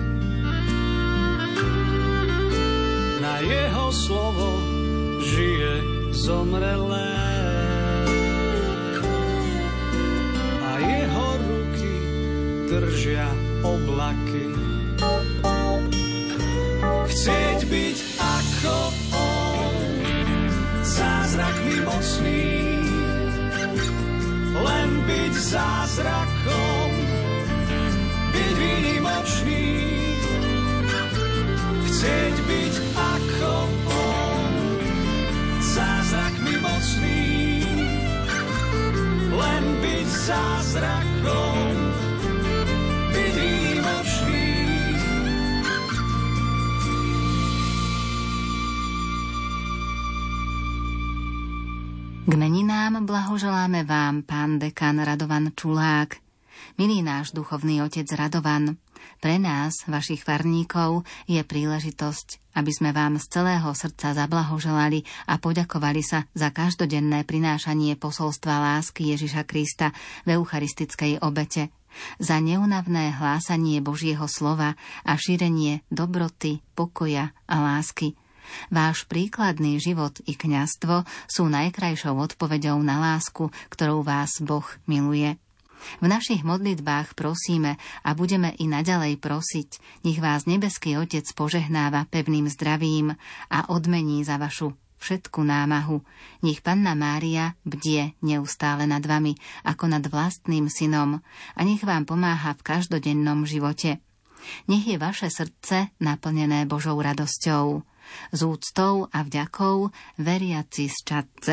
Na jeho slovo žije zomrelé a jeho ruky držia oblaky. Chcieť byť ako on, zázrakmi mocný, len byť zázrakom, byť výnimočný. Chcieť byť ako on, zázrakmi mocný, len byť zázrakom, byť výnimočný. K meninám blahoželáme vám, pán dekan Radovan Čulák. Milý náš duchovný otec Radovan, pre nás, vašich farníkov, je príležitosť, aby sme vám z celého srdca zablahoželali a poďakovali sa za každodenné prinášanie posolstva lásky Ježiša Krista v eucharistickej obete, za neúnavné hlásanie Božieho slova a šírenie dobroty, pokoja a lásky. Váš príkladný život i kňazstvo sú najkrajšou odpoveďou na lásku, ktorou vás Boh miluje. V našich modlitbách prosíme a budeme i naďalej prosiť, nech vás nebeský Otec požehnáva pevným zdravím a odmení za vašu všetku námahu. Nech Panna Mária bdie neustále nad vami ako nad vlastným synom a nech vám pomáha v každodennom živote. Nech je vaše srdce naplnené Božou radosťou, s úctou a vďakou veriaci z Čadce.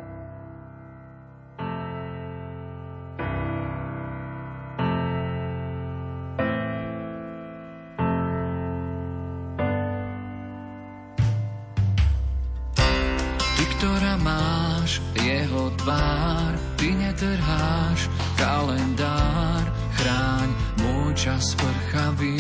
Máš jeho tvár, ty netrháš kalendár, chráň môj čas prchavý.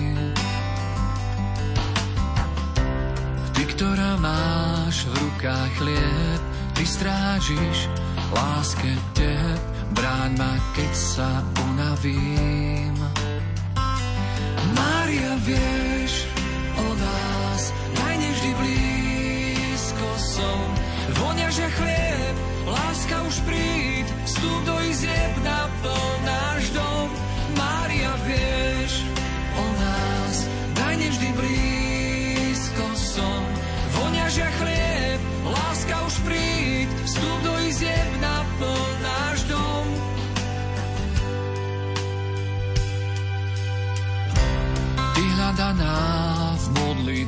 Ty, ktorá máš v rukách chlieb, ty strážiš láske teb, bráň ma, keď sa unavím. Mária, vieš o nás, daj nevždy blízko som. Voňaže chlieb, láska už príď, vstup do izieb, naplň náš dom. Mária, vieš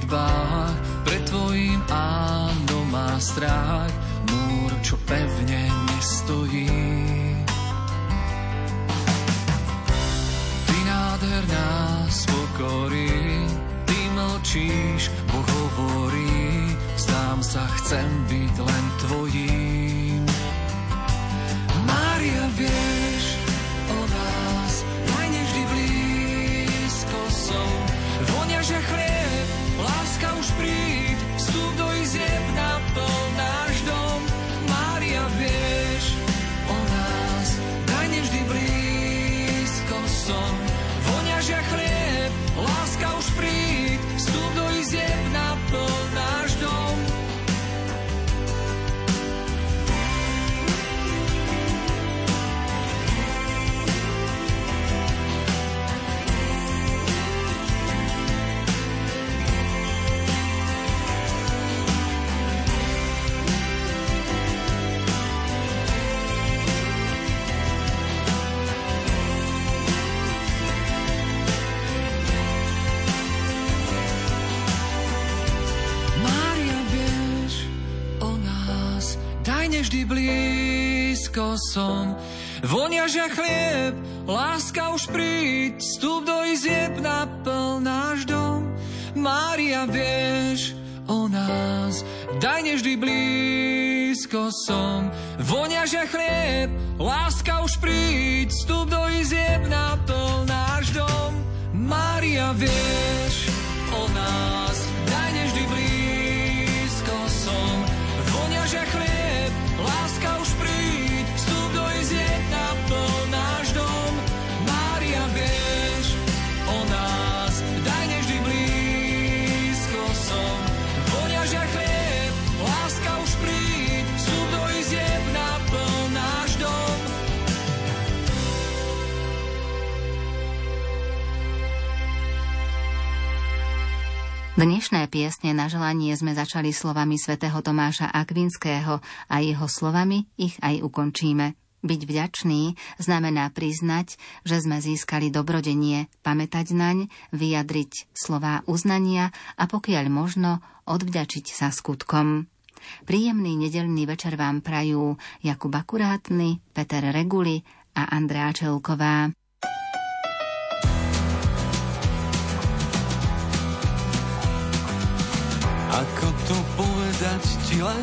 modlitbách, pred tvojím áno má strach, múr, čo pevne nestojí. Ty nádherná spokorí, ty mlčíš, Boh hovorí, zdám sa, chcem byť len tvojím. Mária, vieš o nás, najneždy blízko som, vonia, že chlieb, láska už príď, vstup do izieb, naplň náš dom. Mária, vieš o nás, najneždy blízko som, vonia, že chlieb, láska už príď, vstup do izieb, naplň náš dom. Vždy blízko som, vonia, že chlieb, láska už príď, vstup do izieb, naplň náš dom. Mária, vieš o nás, daj nevždy blízko som, vonia, že chlieb, láska už príď, vstup do izieb, naplň náš dom. Mária, vieš o nás, daj nevždy blízko som, vonia, že chlieb, láska už príď, vstup do izieb, naplň náš dom. Mária, vieš o nás, daj nevždy blízko som, vonia, že chlieb, láska už príď, vstup do izieb, naplň náš dom. Dnešné piesne na želanie sme začali slovami svätého Tomáša Akvinského a jeho slovami ich aj ukončíme. Byť vďačný znamená priznať, že sme získali dobrodenie, pamätať naň, vyjadriť slová uznania a pokiaľ možno odvďačiť sa skutkom. Príjemný nedeľný večer vám prajú Jakub Akurátny, Peter Reguli a Andrea Čelková. Ako to povedať ti len,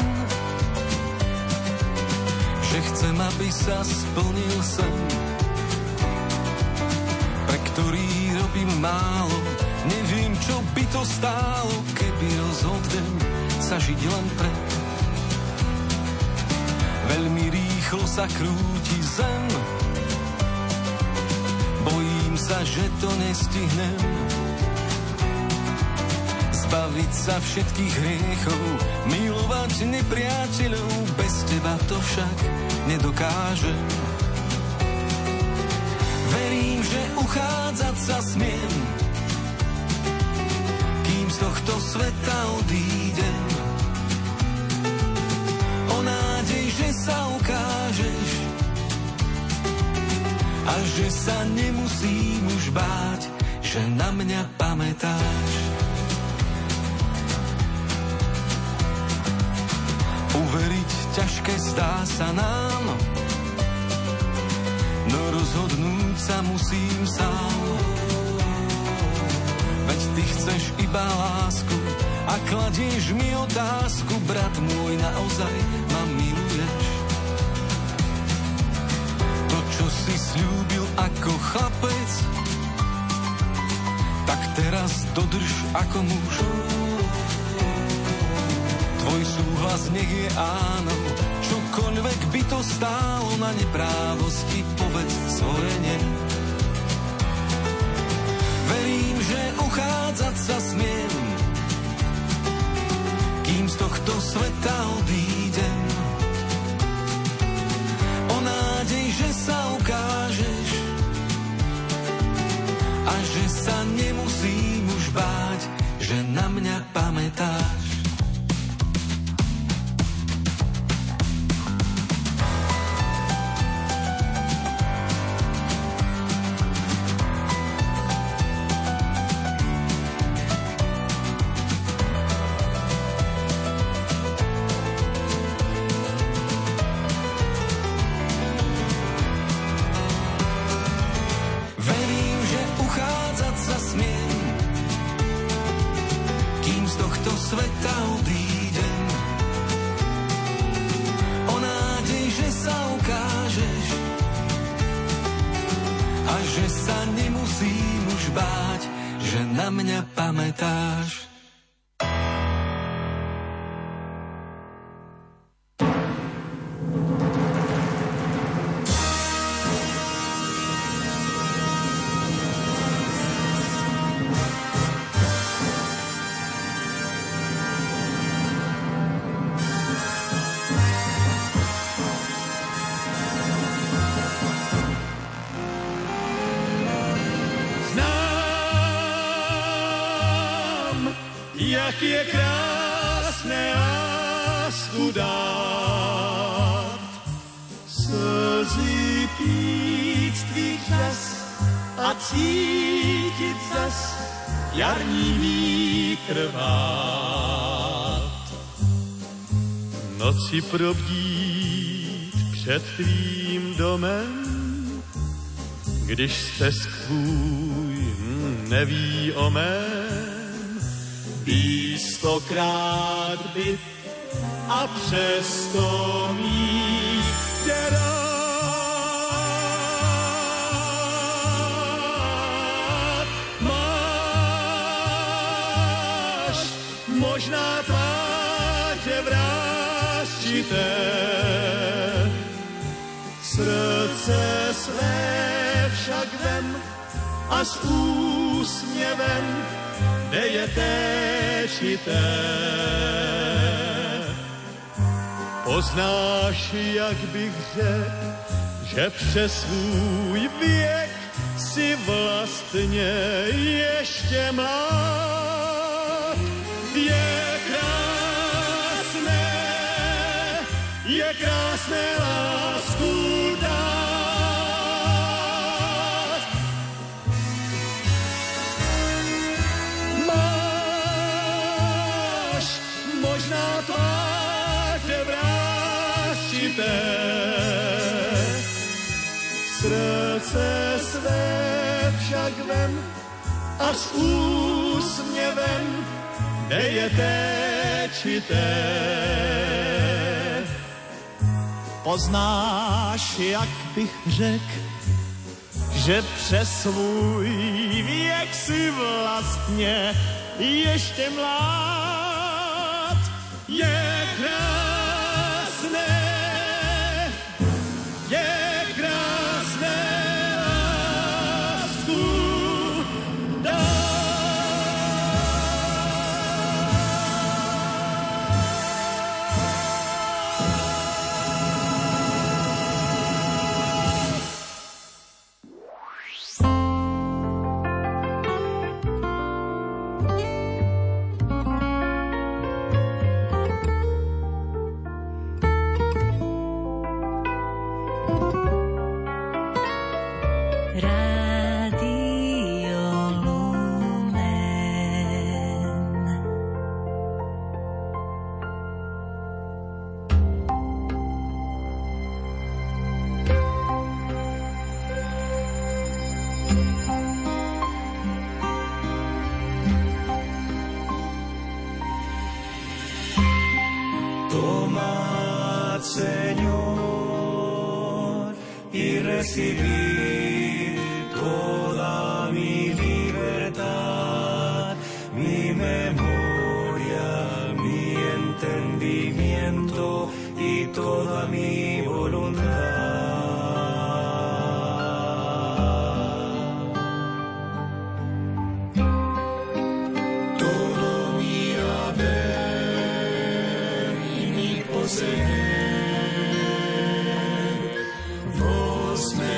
že chcem, aby sa splnil sen, pre ktorý robím málo, neviem, čo by to stálo, keby rozhodnem sa žiť len pre. Veľmi rýchlo sa krúti zem, bojím sa, že to nestihnem. Zbaviť sa všetkých hriechov, milovať nepriateľov, bez teba to však nedokážem. Verím, že uchádzať sa smiem, kým z tohto sveta odídem. O nádej, že sa ukážeš a že sa nemusím už báť, že na mňa pamätáš. Uveriť ťažké zdá sa nám, no rozhodnúť sa musím sám. Veď ty chceš iba lásku a kladieš mi otázku, brat môj, naozaj ma miluješ? To, čo si sľúbil ako chlapec, tak teraz dodrž ako muž. Tvoj súhlas nech je áno, čokoľvek by to stálo, na neprávosti povedz svoje nie. Verím, že uchádzať sa smiem, kým z tohto sveta odídem. O nádej, že sa ukážeš a že sa nemusím už báť, že na mňa pamätáš. že sa nemusím už báť, že na mňa pamätáš. Jak je krásne lásku dát, slzy pít z tvých žas a cítiť zas jarní vítr vát. Noci probdít před tvým domem, když stesk tvůj neví o mém, ví 100krát byt a přesto mít tě rád. Máš možná tváře vrásčité, srdce své však vem a s úsměvem deje téčité. Poznáš, jak bych řekl, že přes svůj věk si vlastně ještě mlád. Je krásné lásku dát. Máš možná tváře vrásčité, srdce své však vem a s úsměvem deje téčité. Poznáš, jak bych řekl, že přes svůj věk si vlastně ještě mlád. Je krásné lásku dát. Señor, y recibir toda mi libertad, mi memoria, mi entendimiento y toda mi voluntad. Todo mi haber y mi poseer, vos me